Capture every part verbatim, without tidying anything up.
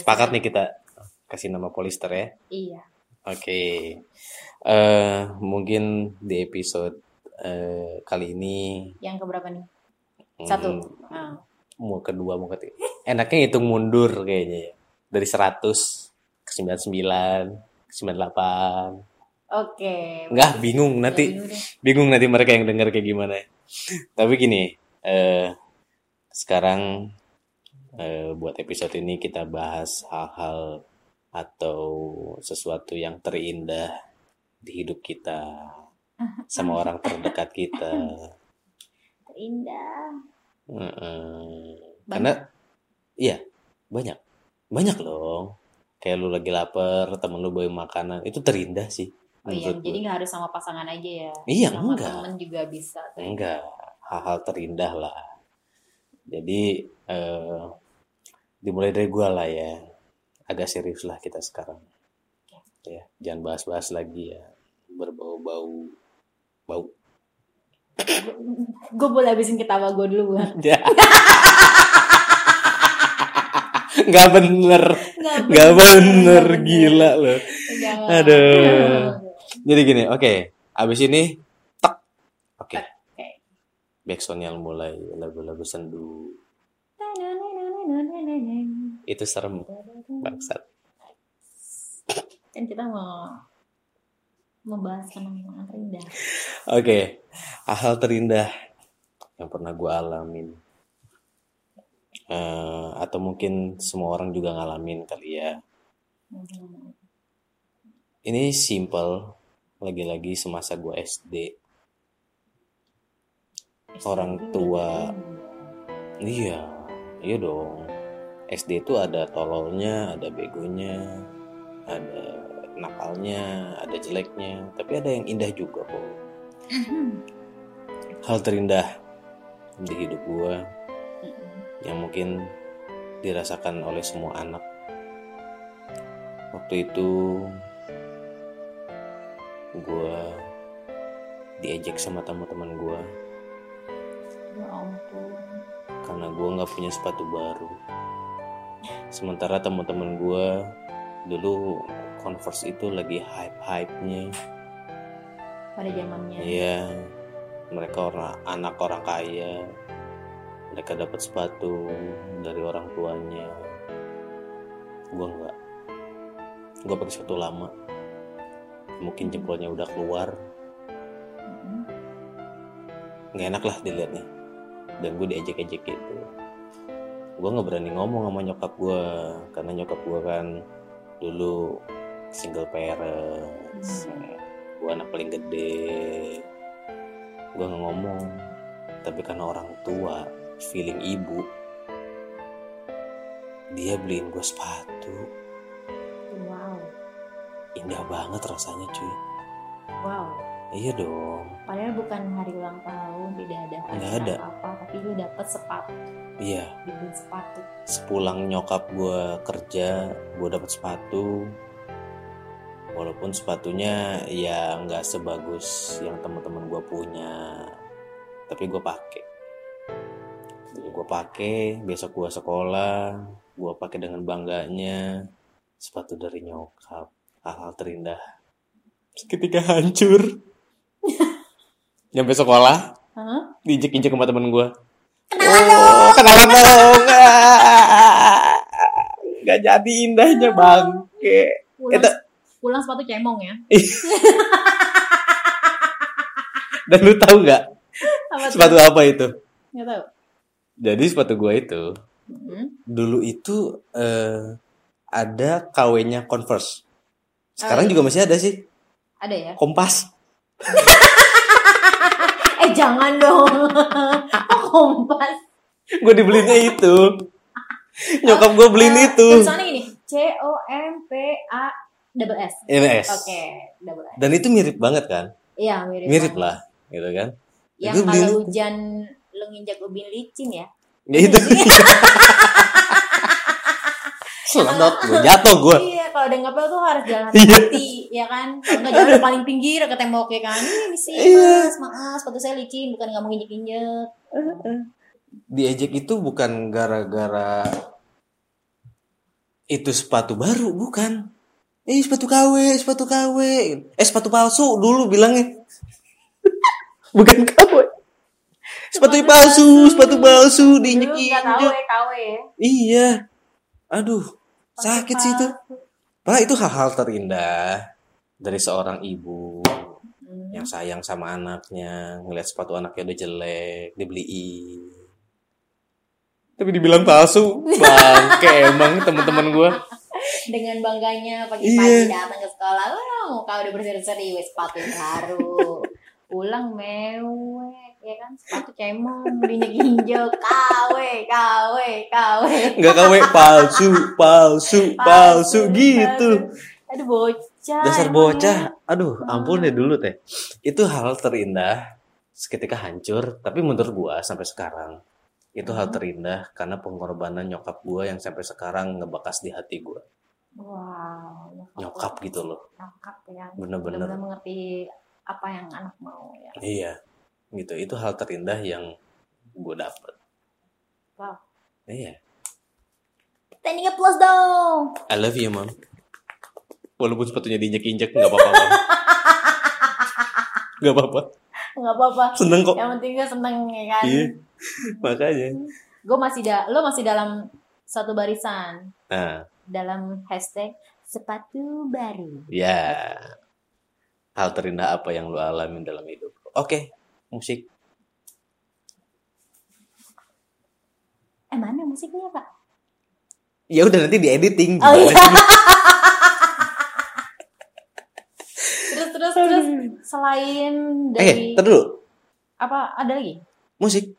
sepakat nih kita kasih nama Polister ya. Iya. Oke. Okay. Uh, mungkin di episode uh, kali ini. Yang keberapa nih? Satu. Hmm, nah. Mau kedua mau ketiga. Enaknya hitung mundur kayaknya ya. Dari seratus ke sembilan puluh sembilan, ke sembilan puluh delapan. Oke. Enggak, bingung nanti. Bingung, bingung nanti mereka yang dengar kayak gimana. Tapi gini, uh, sekarang uh, buat episode ini kita bahas hal-hal atau sesuatu yang terindah di hidup kita sama orang terdekat kita. Terindah. Uh-uh. Karena iya banyak banyak loh. Kayak lu lagi lapar, temen lu bawa makanan, itu terindah sih. Oh iya, jadi nggak harus sama pasangan aja ya? Iya, sama enggak. Temen juga bisa. Terindah. Enggak, hal-hal terindah lah. Jadi uh, dimulai dari gua lah ya. Agak serius lah kita sekarang. Okay. Ya, jangan bahas-bahas lagi ya. Berbau-bau bau. Gue boleh habisin ketawa gue dulu kan? Nggak bener, nggak bener, gila loh. Jangan. Aduh. Jadi gini, oke. Okay. Abis ini, tak. Oke. Okay. Okay. Backsoundnya mulai lagu-lagu sendu. Itu serem, bangsat. Kan kita mau membahas kenangan terindah. Oke, okay. Hal terindah yang pernah gue alamin. Uh, atau mungkin semua orang juga ngalamin kali ya. Hmm. Ini simple, lagi-lagi semasa gue S D. S D orang tua, iya, iya dong. S D itu ada tololnya, ada begonya, ada nakalnya, ada jeleknya, tapi ada yang indah juga kok. Hal terindah di hidup gue yang mungkin dirasakan oleh semua anak. Waktu itu gue diejek sama teman-teman gue. Ya ampun. Karena gue nggak punya sepatu baru. Sementara teman-teman gue dulu Converse itu lagi hype-hypenya. Pada zamannya. Iya. Mereka orang anak orang kaya. Mereka dapat sepatu dari orang tuanya. Gue enggak. Gue pakai sepatu lama. Mungkin jempolnya udah keluar. Nggak enak lah dilihatnya. Dan gue diejek-ejek gitu. Gue nggak berani ngomong sama nyokap gue, karena nyokap gue kan dulu single parents. Gue anak paling gede. Gue nggak ngomong. Tapi karena orang tua, feeling ibu, dia beliin gue sepatu. Wow. Indah banget rasanya cuy. Wow. Iya dong. Padahal bukan hari ulang tahun, tidak ada nggak ada apa, tapi lu dapet sepatu. Iya. Dibeliin sepatu. Sepulang nyokap gue kerja, gue dapet sepatu. Walaupun sepatunya ya nggak sebagus yang teman-teman gue punya, tapi gue pakai. Gue pakai, besok gue sekolah, gue pakai dengan bangganya sepatu dari nyokap. Hal-hal terindah ketika hancur. Nyampe sekolah, huh? Diinjek-injek sama temen gue. Kenalan oh, dong, kenalan dong. Gak jadi indahnya bangke. Pulang, Eta... pulang sepatu cemong ya. Dan lu tahu nggak sepatu itu? Apa itu? Nggak tahu. Jadi sepatu gue itu mm-hmm. dulu itu uh, ada K W-nya Converse. Sekarang oh, iya. juga masih ada sih. Ada ya? Kompas. eh jangan dong. Oh, Kompas. Gue dibelinya itu. Nyokap gue beliin uh, itu. Tulisannya gini, C O M P A double S. S. Oke, okay, double S. Dan itu mirip banget kan? Iya, mirip. Mirip banget. lah, gitu kan? Yang kalau hujan lu nginjak ubin licin ya. Ya itu. Selamat gue, jatuh gue. Iya, kalau udah ngapel tuh harus jalan hati-hati, ya kan? Kalau nggak jalan paling pinggir ke tembok ya kan? Ini sih, mas, maaf, sepatu saya licin, bukan nggak mau injek-injek. Diejek itu bukan gara-gara Itu sepatu baru bukan? Eh sepatu K W, sepatu K W. Eh sepatu palsu dulu bilangnya. Bukan K W. Sepatu palsu, sepatu palsu Dulu nggak tahu diinjek-injek. ya K W ya. Iya. Aduh, sakit sih itu. Palsu. Padahal itu hal-hal terindah dari seorang ibu Hmm. yang sayang sama anaknya, ngeliat sepatu anaknya udah jelek, dibeliin. Tapi dibilang palsu, bangke emang teman-teman gue. Dengan bangganya Iya. pagi-pagi datang ke sekolah, oh muka udah berseri-seri, wes sepatu baru, pulang mewek, ya kan sepatu cemong, diinjek-injek, K W, K W, K W. Nggak K W, palsu, palsu, palsu gitu. Aduh bocah. Dasar emang bocah. ya. Aduh, ampun deh dulu teh. Itu hal terindah seketika hancur, tapi menurut gua sampai sekarang itu hal terindah karena pengorbanan nyokap gua yang sampai sekarang ngebekas di hati gua. Wow, Nyokap gitu loh. Nyokap ya. Bener-bener. Benar-benar mengerti apa yang anak mau ya. Iya. Gitu. Itu hal terindah yang gua dapet. Wow. Iya. Tekniknya plus dong. I love you, Mom. Walaupun sepatunya diinjek-injek nggak apa-apa, Mom. Nggak apa-apa. Nggak apa-apa. Seneng kok. Yang penting gue seneng ya kan. Iya. Makanya. Gue masih da, lo masih dalam satu barisan Nah, dalam hashtag sepatu baru. ya. Hal terindah apa yang lu alamin dalam hidup? Oke, musik. Eh mana musiknya Kak? Ya udah nanti di editing. Oh iya. terus terus terus selain Eh, dari ntar dulu. apa ada lagi? Musik.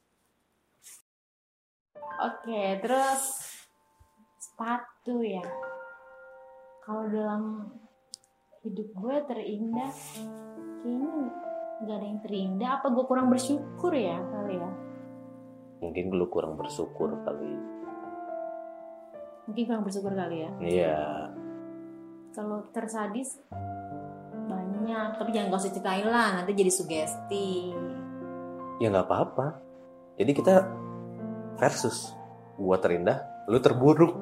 Oke, terus sepatu ya. Kalau dalam hidup gue terindah, kayaknya nggak ada yang terindah. Apa gue kurang bersyukur ya kali ya? Mungkin lu kurang bersyukur kali. Mungkin kurang bersyukur kali ya. Iya. Kalau tersadis banyak, tapi jangan gak usah ceritain lah, nanti jadi sugesti. Ya nggak apa-apa. Jadi kita versus. Gua terindah, lu terburuk.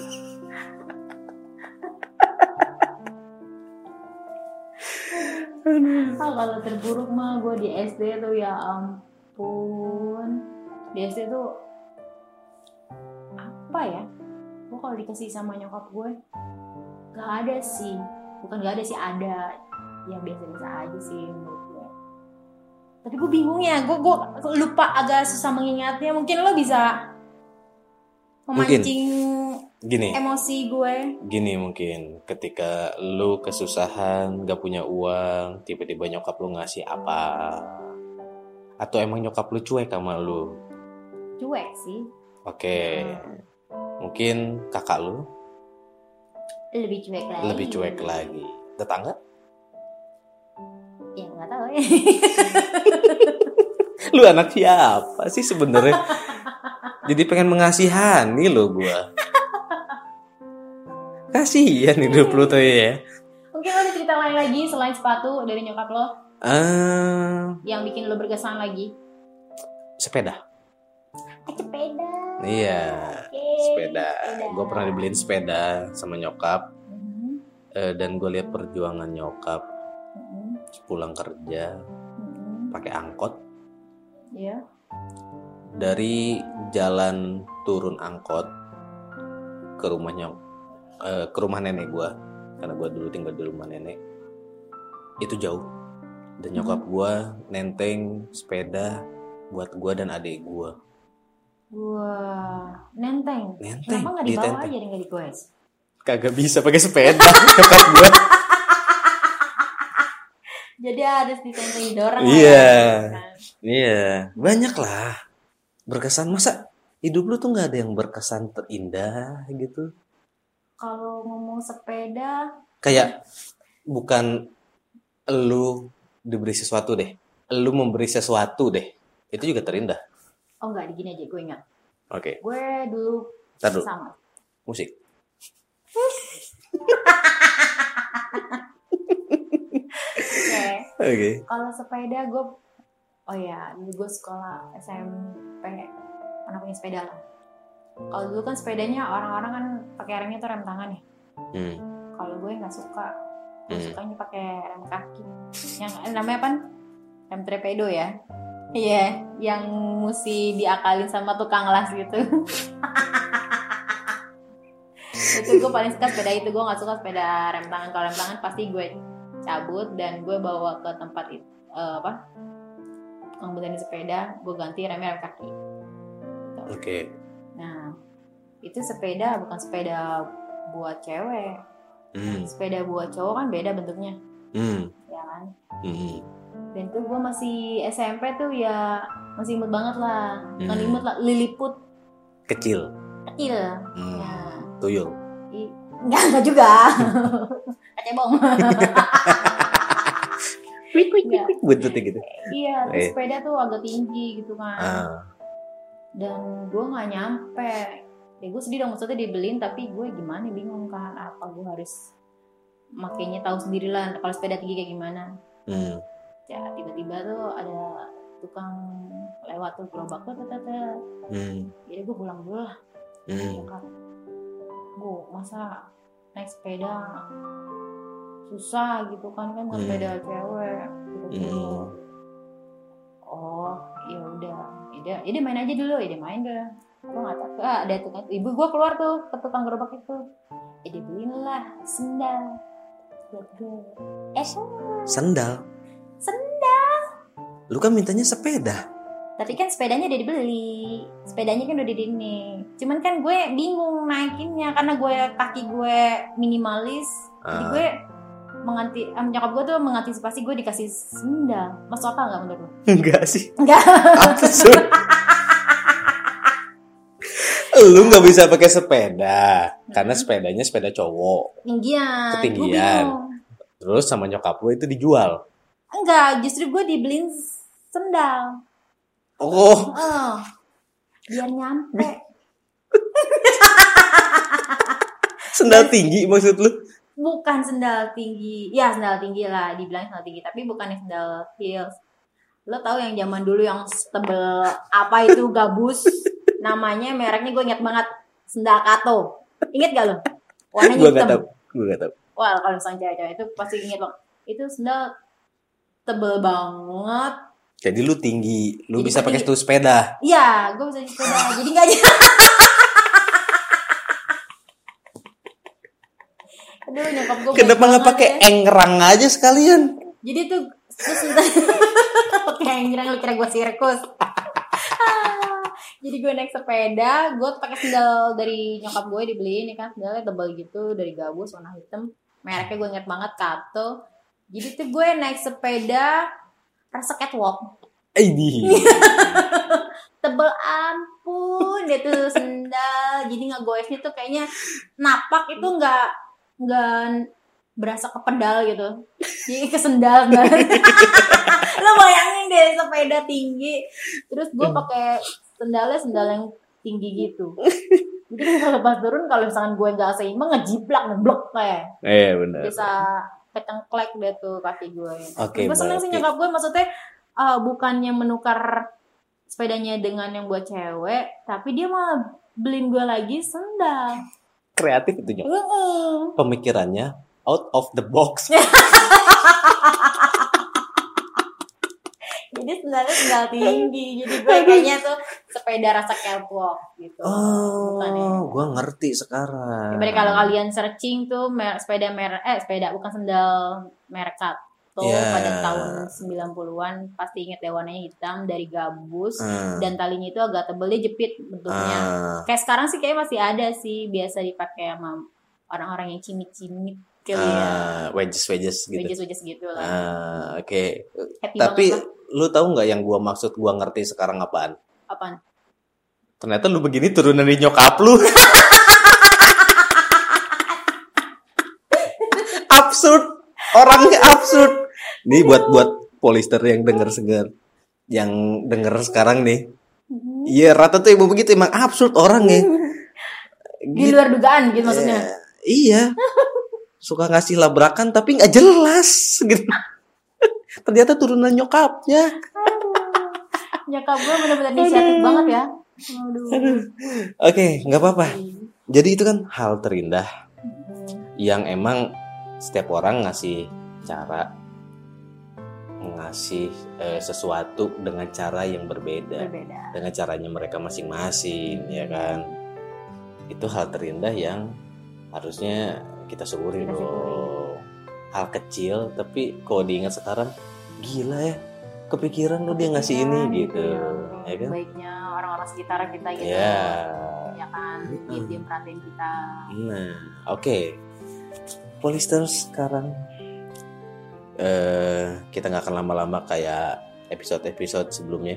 Ah, kalau terburuk mah gue di S D tuh ya ampun. Di S D tuh apa ya? Gue kalau dikasih sama nyokap gue gak ada sih. Bukan gak ada sih, ada. Ya biasa-biasa aja sih menurut gue. Tapi gue bingung ya, gue, gue lupa agak susah mengingatnya. Mungkin lo bisa memancing Gini. emosi gue. Gini mungkin ketika lu kesusahan, gak punya uang, tiba-tiba nyokap lu ngasih apa? Atau emang nyokap lu cuek sama lu? Cuek sih. Oke. Mungkin kakak lu Lebih cuek lagi. lebih cuek lagi. Tetangga? Ya nggak tahu ya. Lu anak siapa sih sebenarnya? Jadi pengen mengasihani lo gua. Kasihan hidup lu tuh ya. Mungkin lo ada cerita lain lagi selain sepatu dari nyokap lo Ah, yang bikin lo berkesan lagi? sepeda. Ah, sepeda. Iya, Oke, sepeda. Gue pernah dibeliin sepeda sama nyokap. Mhm, Eh, dan gue lihat perjuangan nyokap mhm, pulang kerja mhm. pakai angkot. Iya. Dari jalan turun angkot ke rumahnya, eh, ke rumah nenek gue, karena gue dulu tinggal di rumah nenek. Itu jauh. Dan nyokap gue nenteng sepeda buat gue dan adik gue. Wah, nenteng. Nenteng, Kenapa nggak dibawa ditenteng. aja dan nggak digoes? Kagak bisa pakai sepeda nyokap gue. Jadi harus ditenteng dorong. Iya. Kan? Iya, banyak lah. Berkesan, masa hidup lu tuh nggak ada yang berkesan terindah gitu? Kalau ngomong sepeda, Kayak bukan lu diberi sesuatu deh, lu memberi sesuatu deh, itu juga terindah. oh nggak, gini aja gue ingat. Oke, Gue dulu tar dulu. sama. Musik. Oke. Oke. Kalau sepeda gue, oh ya, dulu gue sekolah S M P pernah punya sepeda lah. Kalau dulu kan sepedanya orang-orang kan pakai remnya tuh rem tangan ya. Hmm. Kalau gue nggak suka, gue Hmm. sukanya pakai rem kaki. Yang namanya apa? Rem torpedo ya. Iya, yang mesti diakalin sama tukang las gitu. Itu gue paling suka sepeda itu. Gue nggak suka sepeda rem tangan. Kalau rem tangan pasti gue cabut dan gue bawa ke tempat itu uh, apa? Tukang benerin sepeda, gue ganti remnya rem kaki. Gitu. Oke. Okay. Nah, itu sepeda bukan sepeda buat cewek. Hmm. Sepeda buat cowok kan beda bentuknya. Hmm. Ya kan? Hmm. Dan tuh gue masih S M P tuh ya masih imut banget lah. Bukan Hmm. imut lah, liliput Kecil. kecil. Hmm. Ya. Tuyul. I- Enggak, enggak juga. Kecebong. Wik wik Enggak. wik buntutnya gitu. Iya, terus Eh. sepeda tuh agak tinggi gitu kan. Ah. Dan gue nggak nyampe. Ya gue sedih dong, maksudnya dibeliin tapi gue gimana bingung kan. Apa gue harus makainya tahu sendiri lah kalau sepeda tinggi kayak gimana. Hmm. Ya tiba-tiba tuh ada tukang lewat tuh gerobak tuh tete. Hmm. Jadi gue pulang dulu lah. Hmm. Kan. Bu, masa naik sepeda susah gitu kan kan bukan Hmm. sepeda cewek gitu. Hmm. Oh, ya udah. Ya udah main aja dulu, ya main deh. Gue nggak tahu. Ah, ada tukang ibu gue keluar tuh ke tukang gerobak itu. Ya dibeliin lah sendal. Buat gue. Eh, Sendal. sendal. Lu kan mintanya sepeda. Tapi kan sepedanya udah dibeli, sepedanya kan udah di sini. Cuman kan gue bingung naikinnya karena gue kaki gue minimalis, jadi Ah. gue menganti, um, nyokap gue tuh mengantisipasi gue dikasih sendal. Masuk akal nggak menurut lo? Enggak sih. Enggak. Absurd. Lu nggak bisa pakai sepeda karena sepedanya sepeda cowok. Tinggian. Ketinggian. Gue bingung. Terus sama nyokap lu itu dijual. Enggak, justru gue dibeliin sendal. Oh, Oh, biar nyampe. sendal tinggi maksud lu? Bukan sendal tinggi, ya sendal tinggi lah, dibilang sendal tinggi, tapi bukan yang sendal heels. Lo tahu yang zaman dulu yang tebel apa itu gabus, namanya mereknya gue ingat banget, sendal Kato. Ingat gak lo? Warnanya Gue nggak hitam. tahu. Gue nggak tahu. Wah, kalau misalnya cewek-cewek itu pasti ingat banget. Itu sendal tebel banget. Jadi lu tinggi, lu Jadi bisa gue pakai tinggi. tuh sepeda. Iya, gue bisa sepeda. Jadi nggak aja. Aduh, nyokap gue. Kenapa nggak pakai engrang aja sekalian? Jadi tuh terus kayak ngira lu kira gue sirkus. Jadi gue naik sepeda, gue pakai sendal dari nyokap gue dibeliin, ya kan sendalnya tebal gitu dari gabus warna hitam, mereknya gue inget banget Kato. Jadi tuh gue naik sepeda rasa catwalk. Ini. Tebel ampun dia tuh sendal, jadi ngegoesnya tuh kayaknya napak itu nggak nggak berasa ke pedal gitu, jadi ke sendal banget. Lo bayangin deh sepeda tinggi, terus gue pakai sendalnya sendal yang tinggi gitu. Jadi kalau pas turun kalau misalkan gue nggak seimbang ngejiplak ngeblok kayak. Eh benar. Bisa kecengklek deh tuh kaki gue. Oke, gue seneng sih berarti- nyokap gue, maksudnya uh, bukannya menukar sepedanya dengan yang buat cewek, tapi dia malah beliin gue lagi sendal. Kreatif itu nyok. Uh-uh. Pemikirannya out of the box. Jadi sendalnya sendal tinggi, jadi gue kayaknya tuh sepeda rasa catwalk gitu. Bukan ya. Oh, gua ngerti sekarang. Jadi kalau kalian searching tuh mer- sepeda merek eh sepeda bukan sendal merek Kato Yeah. pada tahun sembilan puluhan pasti inget deh warnanya hitam dari gabus Hmm. dan talinya itu agak tebel, dia jepit bentuknya. Ah. Kayak sekarang sih kayak masih ada sih, biasa dipakai sama orang-orang yang cimit-cimit kali ya. Ah, wedges wedges gitu. Wedges-wedges gitu lah. Ah, oke. Happy Tapi banget lah. lu tahu nggak yang gua maksud, gua ngerti sekarang apaan? Apaan? Ternyata lu begini turunan dari nyokap lu. Absurd. Orangnya absurd. Nih buat buat Polister yang denger segar, yang denger sekarang nih. Iya, rata tuh ibu begitu, emang absurd orangnya. Di luar dugaan gitu maksudnya. Eh, iya. Suka ngasih labrakan tapi nggak jelas gitu. Ternyata turunan nyokapnya. Nyokap gue bener-bener inisiatif banget ya. Aduh. Oke, nggak apa-apa. Jadi itu kan hal terindah Mm-mm. yang emang setiap orang ngasih cara ngasih eh, sesuatu dengan cara yang berbeda, Berbeda. dengan caranya mereka masing-masing, ya kan? Itu hal terindah yang harusnya kita syukurin Kita syukurin. dong. Hal kecil tapi kalau diingat sekarang gila ya, kepikiran lo dia ngasih ini Kepikiran gitu, ya. ya kan? Baiknya orang-orang sekitar kita gitu. Ya. Ya kan, diam-diam perhatiin kita. Nah, oke. Polisters sekarang eh kita nggak akan lama-lama kayak episode-episode sebelumnya.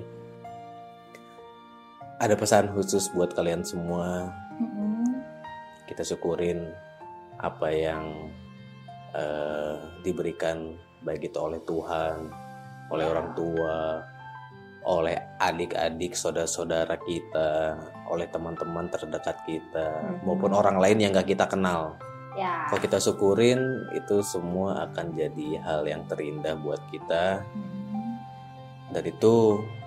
Ada pesan khusus buat kalian semua. Mm-mm. Kita syukurin apa yang eh, diberikan baik itu oleh Tuhan, oleh orang tua, oleh adik-adik saudara-saudara kita, oleh teman-teman terdekat kita, Mhm. maupun orang lain yang gak kita kenal. Ya. Kalau kita syukurin, itu semua akan jadi hal yang terindah buat kita. Mm. Dan itu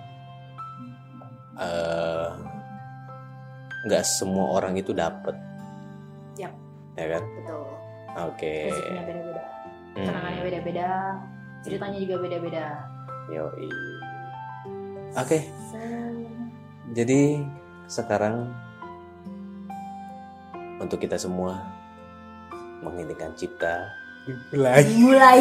eh, nggak semua orang itu dapat, Yap. ya kan? Betul. Oke. Rezekinya beda-beda. Hmm. Kenangannya beda-beda. Ceritanya juga beda-beda. Yoi. Oke, So, jadi sekarang untuk kita semua menghentikan cipta mulai dimulai.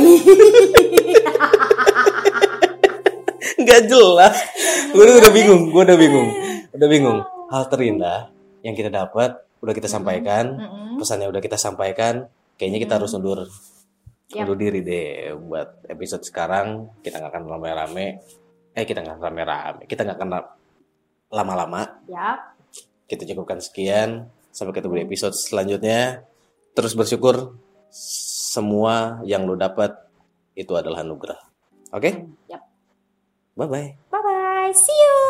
nggak jelas. Gue udah bingung, gue udah bingung, udah bingung. Hal terindah yang kita dapat udah kita sampaikan, Mm-mm. pesannya udah kita sampaikan. Kayaknya kita harus undur, Yap. undur diri deh buat episode sekarang. Kita nggak akan rame-rame, eh kita nggak rame-rame, kita nggak akan ra- lama-lama. Yap. Kita cukupkan sekian. Sampai ketemu di episode selanjutnya. Terus bersyukur, semua yang lo dapat itu adalah anugerah. Oke? Yap. Bye-bye. Bye bye. See you.